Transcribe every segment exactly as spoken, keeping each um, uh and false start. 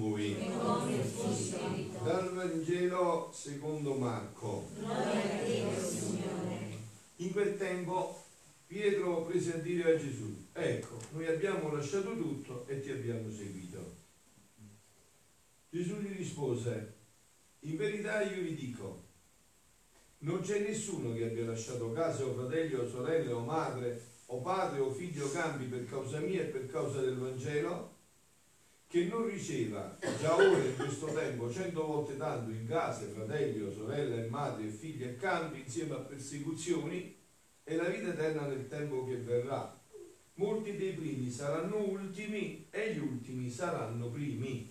voi. Dal Vangelo secondo Marco. In quel tempo Pietro prese a dire a Gesù: ecco, noi abbiamo lasciato tutto e ti abbiamo seguito. Gesù gli rispose: in verità io vi dico, non c'è nessuno che abbia lasciato casa o fratelli o sorelle o madre o padre o figli o campi per causa mia e per causa del Vangelo, che non riceva già ora in questo tempo cento volte tanto in case, fratelli o sorelle, madri e figli e campi insieme a persecuzioni e la vita eterna nel tempo che verrà. Molti dei primi saranno ultimi e gli ultimi saranno primi.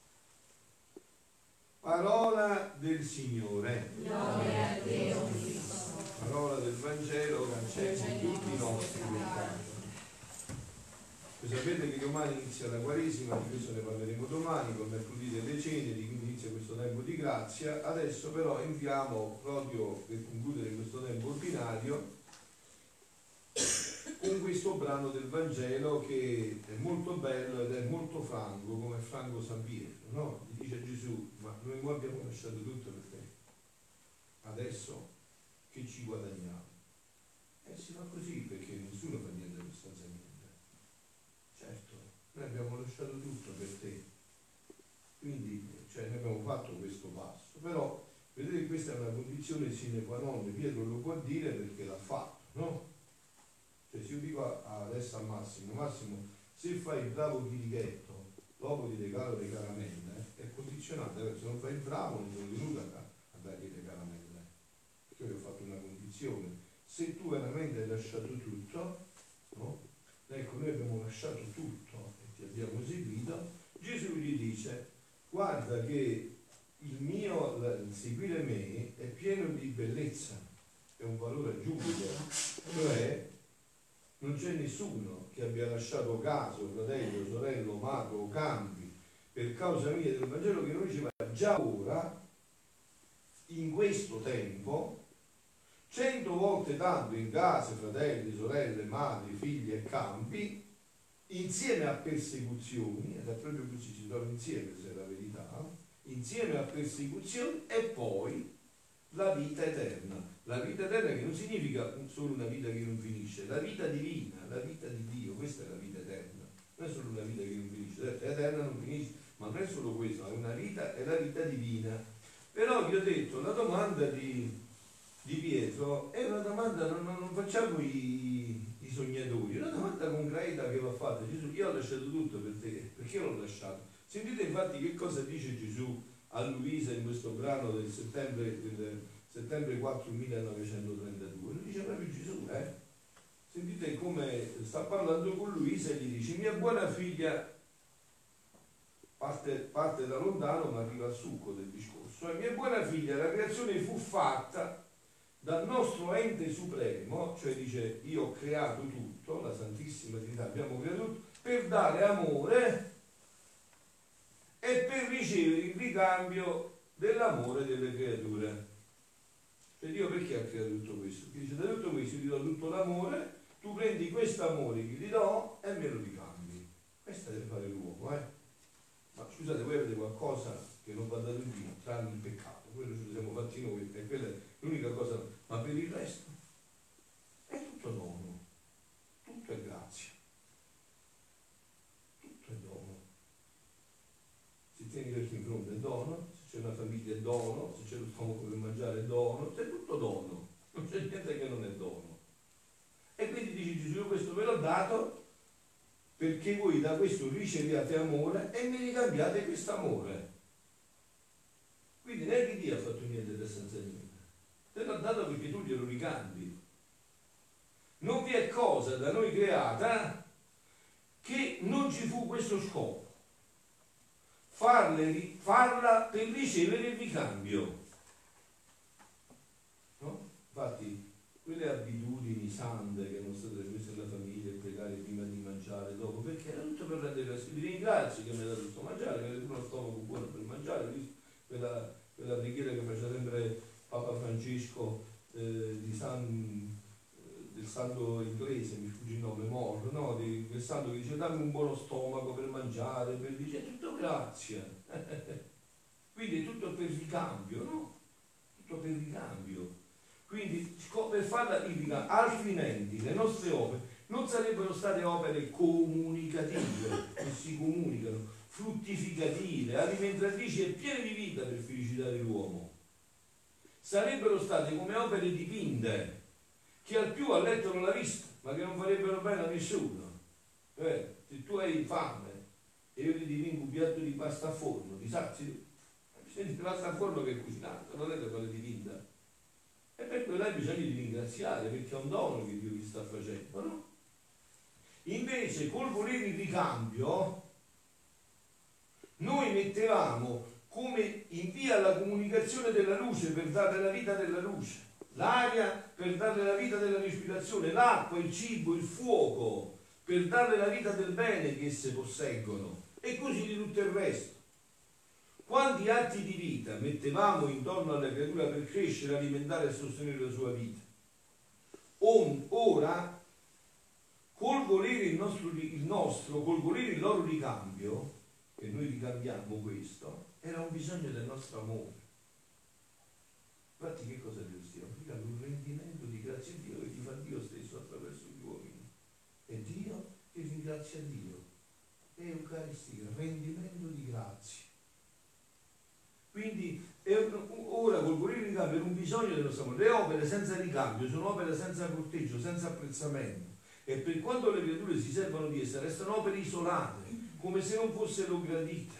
Parola del Signore. Gloria a Dio Cristo. Parola del Vangelo, cancelli tutti i nostri peccati. Voi sapete che domani inizia la Quaresima, di questo ne parleremo domani, col mercoledì delle cene, di cui inizia questo tempo di grazia. Adesso però entriamo proprio per concludere questo tempo ordinario con questo brano del Vangelo che è molto bello ed è molto franco, come Franco San Pietro, no? Gli dice a Gesù: ma noi abbiamo lasciato tutto per te, adesso che ci guadagniamo? E si fa così perché nessuno fa niente per senza niente. Certo, noi abbiamo lasciato tutto per te, quindi cioè, noi abbiamo fatto questo passo, però vedete che questa è una condizione sine qua non. Pietro lo può dire perché l'ha fatto, no? Cioè se io dico adesso a Massimo, Massimo, se fai il bravo chirichetto, dopo ti regalo le caramelle, è condizionante, se non fai il bravo non sono venuto a, a dargli le caramelle, perché io ho fatto una condizione. Se tu veramente hai lasciato tutto, no? Ecco, noi abbiamo lasciato tutto e ti abbiamo seguito, Gesù gli dice: guarda che il mio, il seguire me è pieno di bellezza, è un valore aggiunto, cioè non c'è nessuno che abbia lasciato casa, fratello, sorello, madre o campi per causa mia del Vangelo che non riceva già ora, in questo tempo, cento volte tanto in case, fratelli, sorelle, madri, figli e campi, insieme a persecuzioni, ed è proprio così, si trova insieme, se è la verità, insieme a persecuzioni e poi la vita eterna. La vita eterna che non significa solo una vita che non finisce, la vita divina, la vita di Dio, questa è la vita eterna, non è solo una vita che non finisce, è eterna, non finisce, ma non è solo questo, è una vita, è la vita divina. Però vi ho detto, la domanda di, di Pietro è una domanda, non, non facciamo i, i sognatori, è una domanda concreta che va fatta. Gesù: io ho lasciato tutto per te, perché l'ho lasciato? Sentite infatti che cosa dice Gesù a Luisa in questo brano del settembre, del settembre quattro millenovecentotrentadue. Lo dice proprio Gesù, eh? Sentite come sta parlando con Luisa e gli dice: mia buona figlia, parte, parte da lontano ma arriva al succo del discorso, eh? Mia buona figlia, la creazione fu fatta dal nostro ente supremo, cioè dice io ho creato tutto, la Santissima Trinità, abbiamo creato tutto per dare amore e per ricevere il ricambio dell'amore delle creature. Cioè Dio perché ha creato tutto questo? Perché dice: da tutto questo io ti do tutto l'amore, tu prendi questo amore che ti do e me lo ricambi. Questo deve fare l'uomo, eh? Ma scusate, voi avete qualcosa che non va dato Dio, tranne il peccato, quello ce lo siamo fatti noi, e quella è l'unica cosa, ma per il resto è tutto dono, tutto è grazia, tutto è dono. Se tieni l'occhio in fronte è dono, se c'è una famiglia è dono, se c'è lo stomaco per mangiare è dono, c'è tutto dono, non c'è niente che non è dono. E quindi dice Gesù: io questo ve l'ho dato perché voi da questo riceviate amore e mi ricambiate questo amore. Quindi neanche Dio ha fatto niente da senza niente, te l'ho dato perché tu glielo ricambi. Non vi è cosa da noi creata che non ci fu questo scopo: Farle, farla per ricevere il ricambio, no? Infatti quelle abitudini sante che erano state trasmesse alla famiglia, il pregare prima di mangiare, dopo, perché era tutto per rendere la. Vi ringrazio che mi hai dato questo mangiare, che avete uno stomaco buono per mangiare, quella, quella preghiera che faceva sempre Papa Francesco eh, di San, del santo inglese, mi sfugge il nome, Mor, no? Di, del santo che dice: dammi un buono stomaco per mangiare, per dire, è tutto grazia, Quindi è tutto per ricambio, no? Tutto per ricambio. Quindi per farla il ricambio, altrimenti le nostre opere non sarebbero state opere comunicative, che si comunicano, fruttificative, alimentatrici e piene di vita per felicitare l'uomo. Sarebbero state come opere dipinte, che al più ha letto non l'ha vista, ma che non farebbero bene a nessuno. Eh, se tu hai fame e io ti dipingo un piatto di pasta a forno, ti sazi? Senti pasta a forno che è cucinato, non è da quella dipinta. E per quello hai bisogno di ringraziare, perché è un dono che Dio ti sta facendo, no? Invece col volere il ricambio noi mettevamo come in via la comunicazione della luce per dare la vita della luce, l'aria per dare la vita della respirazione, l'acqua, il cibo, il fuoco per dare la vita del bene che esse posseggono, e così di tutto il resto. Quanti atti di vita mettevamo intorno alla creatura per crescere, alimentare e sostenere la sua vita? Ora col volere il nostro, il nostro, col volere il loro ricambio, che noi ricambiamo questo, era un bisogno del nostro amore. Infatti che cosa Dio stia applicando? Un rendimento di grazie a Dio che ti fa Dio stesso attraverso gli uomini. E Dio che ringrazia Dio. È Eucaristia, rendimento di grazie. Quindi è un, ora col volere il ricambio era un bisogno del nostro amore. Le opere senza ricambio sono opere senza corteggio, senza apprezzamento. E per quanto le creature si servono di esse, restano opere isolate, come se non fossero gradite.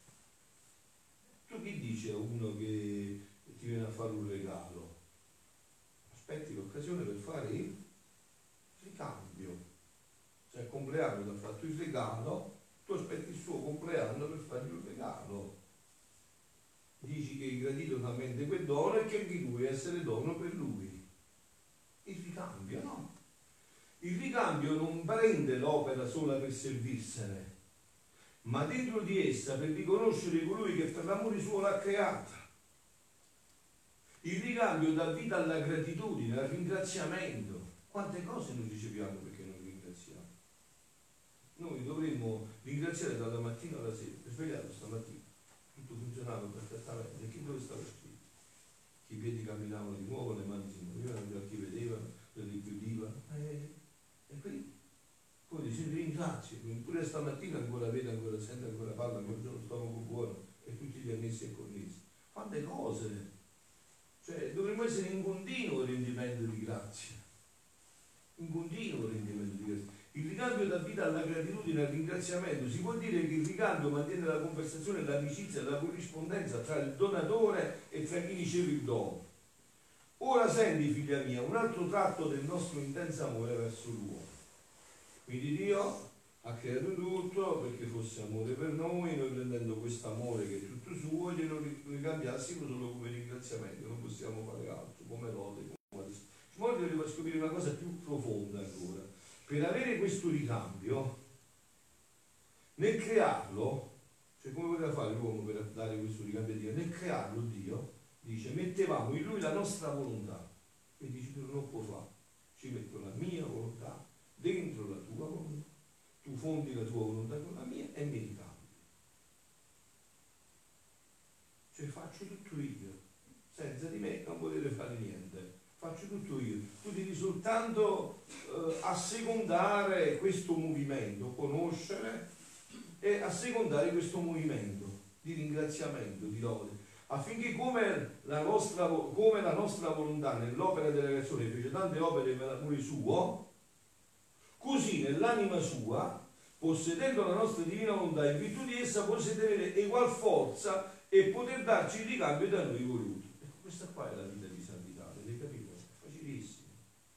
Tu chi dice a uno che ti viene a fare un regalo? Aspetti l'occasione per fare il ricambio. Cioè il compleanno ti ha fatto il regalo, tu aspetti il suo compleanno per fargli un regalo. Dici che hai gradito talmente quel dono e che anche tu vuoi essere dono per lui. Il ricambio, no? Il ricambio non prende l'opera sola per servirsene, ma dentro di essa per riconoscere colui che per l'amore suo l'ha creata. Il ricambio dà vita alla gratitudine, al ringraziamento. Quante cose noi riceviamo perché non ringraziamo? Noi dovremmo ringraziare dalla mattina alla sera. Per svegliato stamattina, tutto funzionava perfettamente. E che dove stava scritto? Che i piedi camminavano di nuovo, le mani si muovevano, gli occhi vedevano, le orecchie udivano. Eh, E qui poi dice ringrazio, pure stamattina ancora vede, ancora sente, ancora parla, ancora c'è lo stomaco buono e tutti gli annessi e connessi. Quante cose! Cioè dovremmo essere in continuo rendimento di grazia, in continuo rendimento di grazia. Il ricambio dà vita alla gratitudine e al ringraziamento. Si può dire che il ricambio mantiene la conversazione, l'amicizia e la corrispondenza tra il donatore e tra chi riceve il dono. Ora senti, figlia mia, un altro tratto del nostro intenso amore verso l'uomo. Quindi Dio ha creato tutto perché fosse amore per noi, noi prendendo questo amore che è tutto suo glielo ricambiassimo solo come ringraziamento, non possiamo fare altro, come lode, come adesso. Ora devo far scoprire una cosa più profonda ancora. Per avere questo ricambio, nel crearlo, cioè come poteva fare l'uomo per dare questo ricambio a Dio? Nel crearlo Dio dice, mettevamo in lui la nostra volontà, e dici tu non puoi fare, ci metto la mia volontà dentro la tua volontà, tu fondi la tua volontà con la mia e mi ricambi. Cioè faccio tutto io, senza di me non potete fare niente, faccio tutto io, tu devi soltanto eh, assecondare questo movimento, conoscere e assecondare questo movimento di ringraziamento, di lode, affinché come la nostra, come la nostra volontà nell'opera della creazione fece tante opere per l'amore suo, così nell'anima sua, possedendo la nostra divina volontà, in virtù di essa possedere egual forza e poter darci il ricambio da noi voluto. Ecco, questa qua è la vita di santità, avete capito? È facilissimo.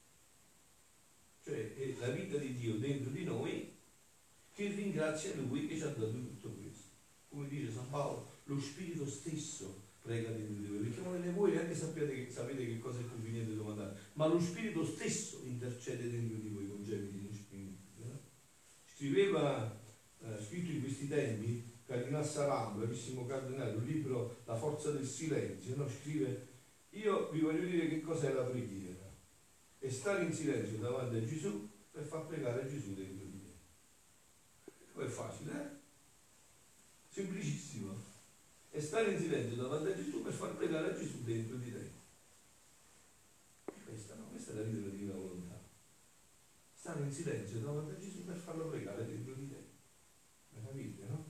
Cioè è la vita di Dio dentro di noi che ringrazia Lui che ci ha dato tutto questo. Come dice San Paolo, lo Spirito stesso prega dentro di voi, perché non ne voi neanche sapete che, sapete che cosa è conveniente domandare, ma lo Spirito stesso intercede dentro di voi con gemiti inesprimibili. Eh? Scriveva, eh, scritto in questi tempi, Cardinal Sarà, bravissimo cardinale, un libro La forza del silenzio, no? Scrive, io vi voglio dire che cos'è la preghiera, è stare in silenzio davanti a Gesù per far pregare a Gesù dentro di te. Poi è facile, eh? Semplicissimo. è stare in silenzio davanti a Gesù per far pregare a Gesù dentro di te. Questa, no? Questa è la vita della divina volontà. Stare in silenzio davanti a Gesù per farlo pregare dentro di te. Meraviglia, no?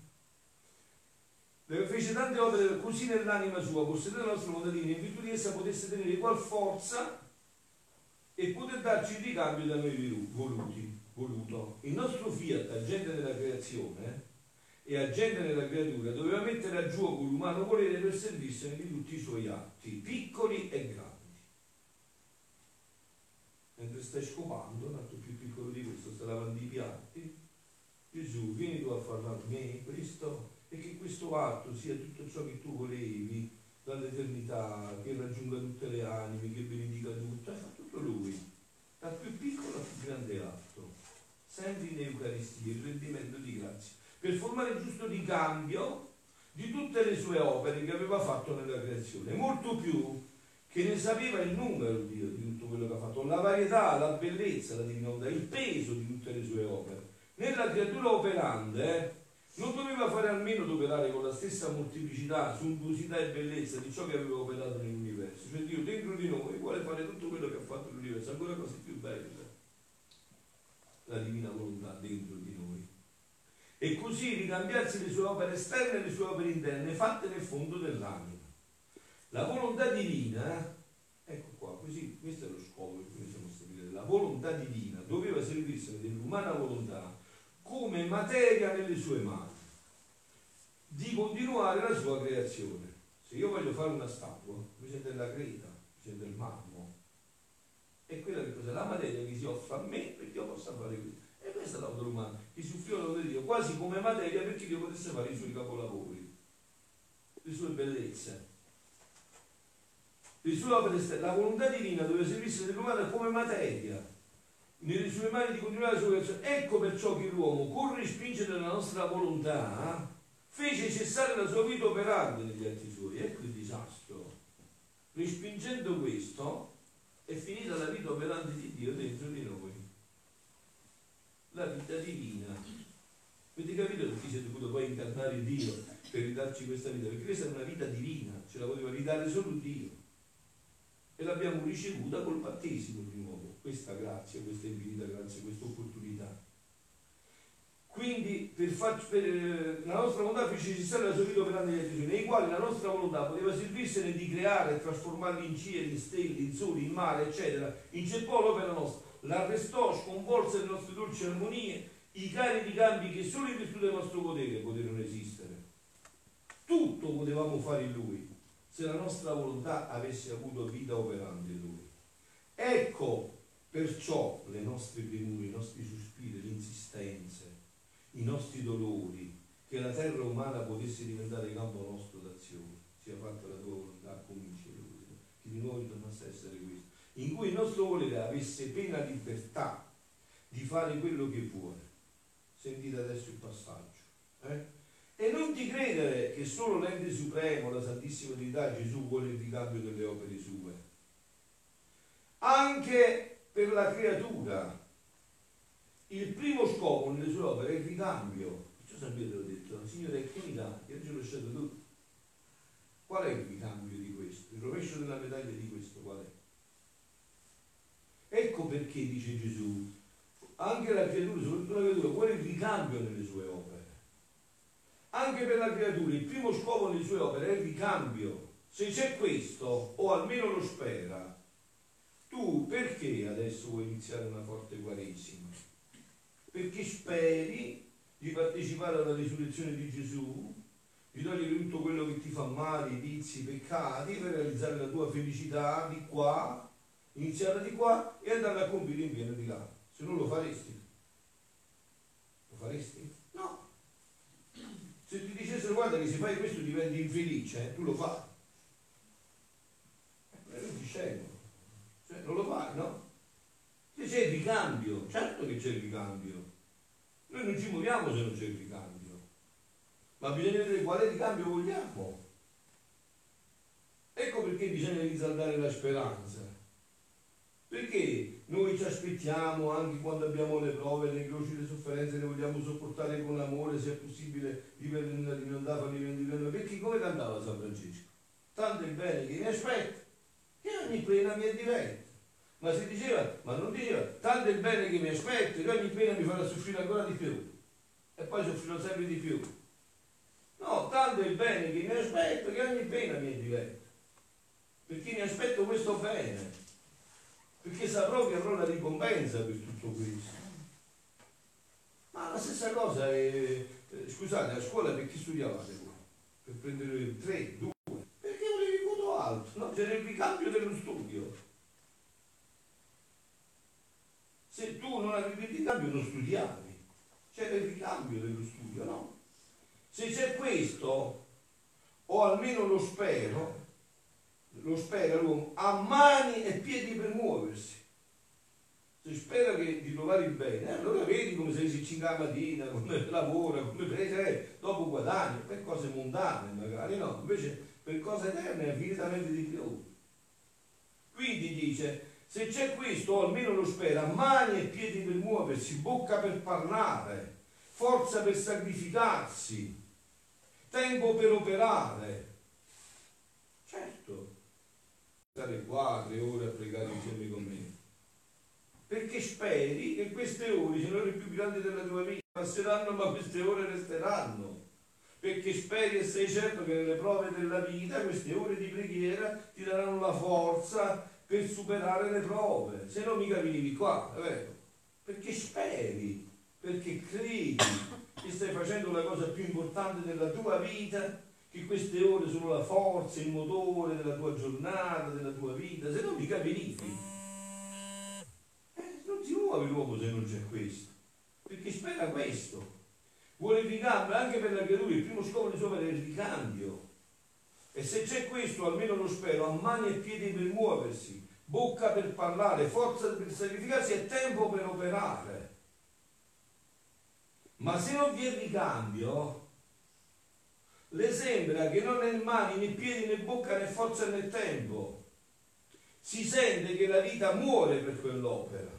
Fece tante opere così nell'anima sua, possedere la nostra volontà divina, in virtù di essa potesse tenere qual forza e poter darci il ricambio da noi voluti, voluto. Il nostro fiat, agente nella creazione e agente nella creatura, doveva mettere a gioco l'umano volere per servirsene di tutti i suoi atti, piccoli e grandi. Mentre stai scopando, un atto più piccolo di questo, stai lavando i piatti, Gesù, vieni tu a fare a me questo, e che questo atto sia tutto ciò che tu volevi dall'eternità, che raggiunga tutte le anime, che benedica tutto, ha fatto tutto Lui, dal più piccolo al più grande atto, sempre in Eucaristia, il rendimento di grazia, per formare il giusto ricambio di tutte le sue opere che aveva fatto nella creazione, molto più che ne sapeva il numero Dio di tutto quello che ha fatto, la varietà, la bellezza, la divinità, il peso di tutte le sue opere. Nella creatura operante eh, non doveva fare almeno ad operare con la stessa molteplicità, suntuosità e bellezza di ciò che aveva operato nell'universo. Cioè Dio dentro di noi vuole fare tutto quello che ha fatto l'universo, ancora cose più belle. La divina volontà dentro di noi. E così ricambiarsi le sue opere esterne e le sue opere interne, fatte nel fondo dell'anima. La volontà divina, ecco qua, così, questo è lo scopo che noi siamo stabiliti. La volontà divina doveva servirsene dell'umana volontà come materia nelle sue mani, di continuare la sua creazione. Se io voglio fare una statua, bisogna della creta, bisogna del marmo, e quella che cos'è? La materia che si offre a me perché io possa fare questo. E questa è l'opera umana, che soffriva la volontà di Dio, quasi come materia perché Dio potesse fare i suoi capolavori, le sue bellezze. Le sue opere esterne, la volontà divina doveva servirsi dell'umano come materia, nelle sue mani di continuare la sua creazione. Ecco perciò che l'uomo, con respingere la nostra volontà, fece cessare la sua vita operante negli atti suoi. Ecco il disastro. Respingendo questo, è finita la vita operante di Dio dentro di noi. La vita divina. Avete capito perché si è dovuto poi incarnare Dio per ridarci questa vita? Perché questa è una vita divina, ce la poteva ridare solo Dio. E l'abbiamo ricevuta col battesimo di nuovo, questa grazia, questa infinita grazia, questa opportunità. Quindi per far, per, la nostra volontà fece cessare la sua vita operante negli altri, nei quali la nostra volontà poteva servirsene di creare e trasformarli in cieli, in stelle, in soli, in mare, eccetera. Inceppò l'opera nostra, l'arrestò, sconvolse le nostre dolci armonie, i cari ricambi che solo in virtù del nostro potere poterono esistere. Tutto potevamo fare in Lui, se la nostra volontà avesse avuto vita operante in Lui. Ecco perciò le nostre premure, i nostri sospiri, le insistenze, i nostri dolori, che la terra umana potesse diventare campo nostro d'azione, sia fatta la tua volontà come in cielo, che di nuovo tornasse a essere questo, in cui il nostro volere avesse piena libertà di fare quello che vuole. Sentite adesso il passaggio. Eh? E non ti credere che solo l'ente supremo, la Santissima Trinità, Gesù, vuole il ricambio delle opere sue. Anche per la creatura, il primo scopo nelle sue opere è il ricambio. Perciò San Pietro ha detto, Signore, che mi dà? Io ci ho lasciato tu. Qual è il ricambio di questo? Il rovescio della medaglia di questo qual è? Ecco perché, dice Gesù, anche la creatura, soprattutto la creatura, vuole il ricambio nelle sue opere. Anche per la creatura il primo scopo nelle sue opere è il ricambio. Se c'è questo, o almeno lo spera, tu perché adesso vuoi iniziare una forte quaresima? Perché speri di partecipare alla risurrezione di Gesù, di togliere tutto quello che ti fa male, i vizi, i peccati, per realizzare la tua felicità di qua, iniziare di qua e andare a compiere in pieno di là. Se non lo faresti, lo faresti? No. Se ti dicessero guarda che se fai questo diventi infelice, eh, tu lo fai. E non ti scemo. Cioè, non lo fai, no? Se c'è il ricambio, certo che c'è il ricambio. Noi non ci muoviamo se non c'è il ricambio. Ma bisogna vedere quale ricambio vogliamo. Ecco perché bisogna risaldare la speranza. Perché noi ci aspettiamo anche quando abbiamo le prove, le croci, le sofferenze, le vogliamo sopportare con amore, se è possibile, vivere di non dare fallimenti di noi? Perché come cantava San Francesco? Tanto è bene che mi aspetta, che ogni pena mi è diretta. Ma si diceva, ma non diceva, tanto è bene che mi aspetta, che ogni pena mi farà soffrire ancora di più. E poi soffrirò sempre di più. No, tanto è bene che mi aspetto, che ogni pena mi è diretta. Perché mi aspetto questo bene. Perché saprò che avrò la ricompensa per tutto questo. Ma la stessa cosa è, eh, scusate, a scuola perché studiavate voi? Per prendere tre, due? Perché volevi voto alto, no? C'era il ricambio dello studio. Se tu non avevi il ricambio non studiavi, c'era il ricambio dello studio, no? Se c'è questo, o almeno lo spero, lo spera l'uomo, ha mani e piedi per muoversi. Se spera che, di trovare il bene, allora vedi come se si cinga la mattina, come lavora, come prese, eh, dopo guadagni, per cose mondane magari, no? Invece per cose eterne è infinitamente di più. Quindi dice, se c'è questo, o almeno lo spera, mani e piedi per muoversi, bocca per parlare, forza per sacrificarsi, tempo per operare. Certo, stare qua tre ore a pregare insieme con me, perché speri che queste ore sono le ore più grandi della tua vita, passeranno ma queste ore resteranno, perché speri e sei certo che nelle prove della vita queste ore di preghiera ti daranno la forza per superare le prove, se no mica vivi qua, è vero? Perché speri, perché credi che stai facendo la cosa più importante della tua vita, che queste ore sono la forza, il motore della tua giornata, della tua vita, se no mica vivi. Eh, non si muove l'uomo se non c'è questo, perché spera questo. Vuole il ricambio, anche per la creatura, il primo scopo di sua vita è il ricambio. E se c'è questo, almeno lo spero, ha mani e piedi per muoversi, bocca per parlare, forza per sacrificarsi e tempo per operare. Ma se non vi è ricambio, le sembra che non è mani, né piedi, né bocca, né forza, né tempo. Si sente che la vita muore per quell'opera.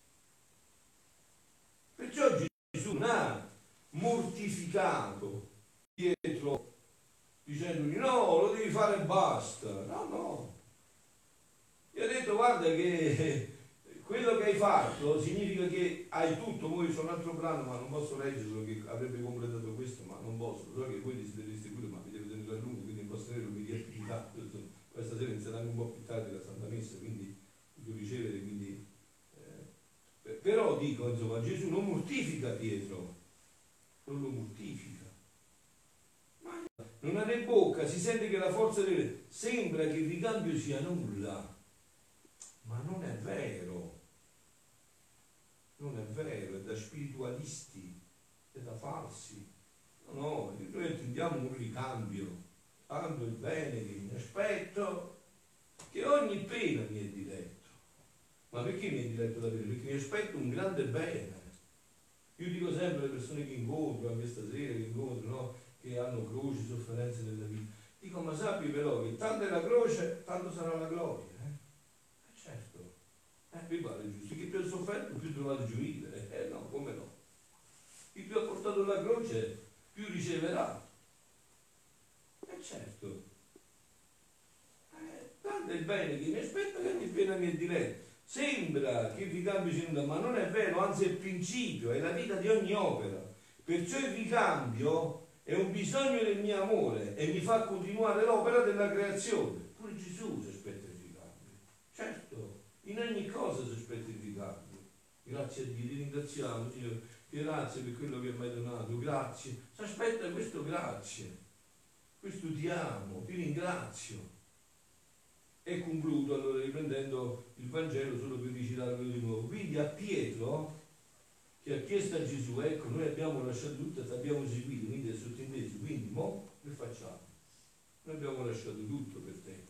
Perciò Gesù non ha mortificato Pietro dicendogli no, lo devi fare e basta. No, no. Gli ha detto guarda che quello che hai fatto significa che hai tutto. Poi sono un altro brano ma non posso leggerlo, che avrebbe completato questo, ma non posso, so che voi desidereste quello, ma vi devo tenere a lungo, quindi non posso tenere un di attività. Questa sera inizieranno un po' più tardi la Santa Messa, quindi devo ricevere, quindi eh. Però dico, insomma, Gesù non mortifica Pietro, non lo mortifica. Ma non ha né bocca, si sente che la forza deve, sembra che il ricambio sia nulla, ma non è vero. Non è vero, è da spiritualisti, è da falsi. No, no, noi attendiamo un ricambio, tanto il bene che mi aspetto, che ogni pena mi è diretto. Ma perché mi è diretto da bene? Perché mi aspetto un grande bene. Io dico sempre alle persone che incontro, anche stasera che incontro, no? Che hanno croci, sofferenze nella vita, dico ma sappi però che tanto è la croce, tanto sarà la gloria. Eh, eh certo. Eh, mi pare giusto, chi più ha sofferto più trovate giudicare, eh no, come no? Chi più ha portato la croce più riceverà. Eh certo. Eh, tanto è il bene che mi aspetta che ogni pena mi è diretto. Sembra che il ricambio sia nulla, ma non è vero, anzi è il principio, è la vita di ogni opera. Perciò il ricambio è un bisogno del mio amore e mi fa continuare l'opera della creazione. Pure Gesù si aspetta il ricambio. Certo. In ogni cosa si aspetta il ricambio. Grazie a Dio, ti ringraziamo, Signore. Grazie per quello che mi hai donato. Grazie. Si aspetta questo grazie. Questo ti amo, ti ringrazio. E concludo allora riprendendo il Vangelo solo per ricitarlo di nuovo. Quindi a Pietro, che ha chiesto a Gesù, ecco, noi abbiamo lasciato tutto e ti abbiamo seguito, quindi è sottinteso. Quindi, mo che facciamo? Noi abbiamo lasciato tutto per te.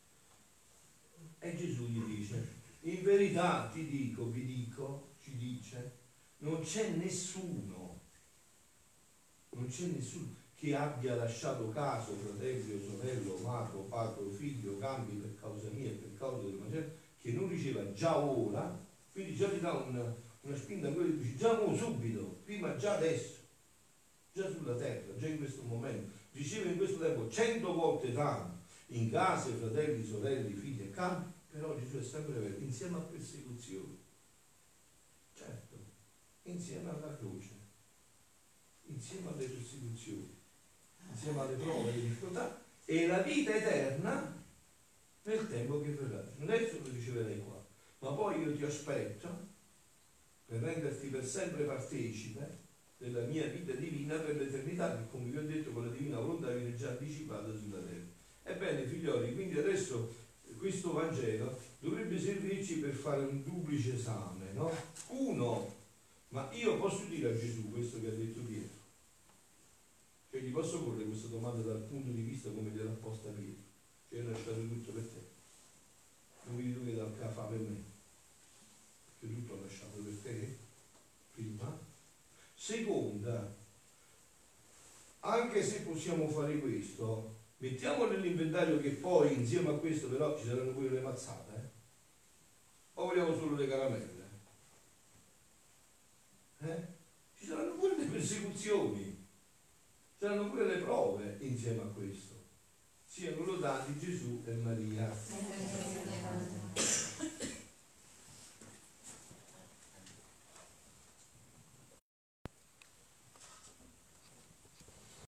E Gesù gli dice, in verità ti dico, vi dico, ci dice, non c'è nessuno, non c'è nessuno che abbia lasciato casa, fratello, sorello, amato, padre, figlio, campi per causa mia e per causa del Vangelo, che non riceva già ora, quindi già ti dà una, una spinta a quello che dici, già mo subito, prima già adesso, già sulla terra, già in questo momento, riceve in questo tempo cento volte tanto, in case, fratelli, sorelle, figli e campi, però Gesù è sempre vero, insieme a persecuzioni, certo, insieme alla croce, insieme alle persecuzioni, insieme alle prove, alle difficoltà, e la vita eterna nel tempo che verrà. Adesso lo riceverai qua, ma poi io ti aspetto per renderti per sempre partecipe della mia vita divina per l'eternità, che come vi ho detto con la divina volontà viene già anticipata sulla terra. Ebbene figlioli, quindi adesso questo Vangelo dovrebbe servirci per fare un duplice esame, no? Uno, ma io posso dire a Gesù questo che ha detto Pietro? Cioè gli posso porre questa domanda dal punto di vista come gliel'ha posta Pietro? Cioè ho lasciato tutto per te, non mi dovete dal caffè per me, perché tutto ho lasciato per te prima. Seconda, anche se possiamo fare questo, mettiamo nell'inventario che poi insieme a questo però ci saranno pure le mazzate, eh? O vogliamo solo le caramelle? Eh? Ci saranno pure le persecuzioni, ci saranno pure le prove insieme a questo. Siano lodati Gesù e Maria.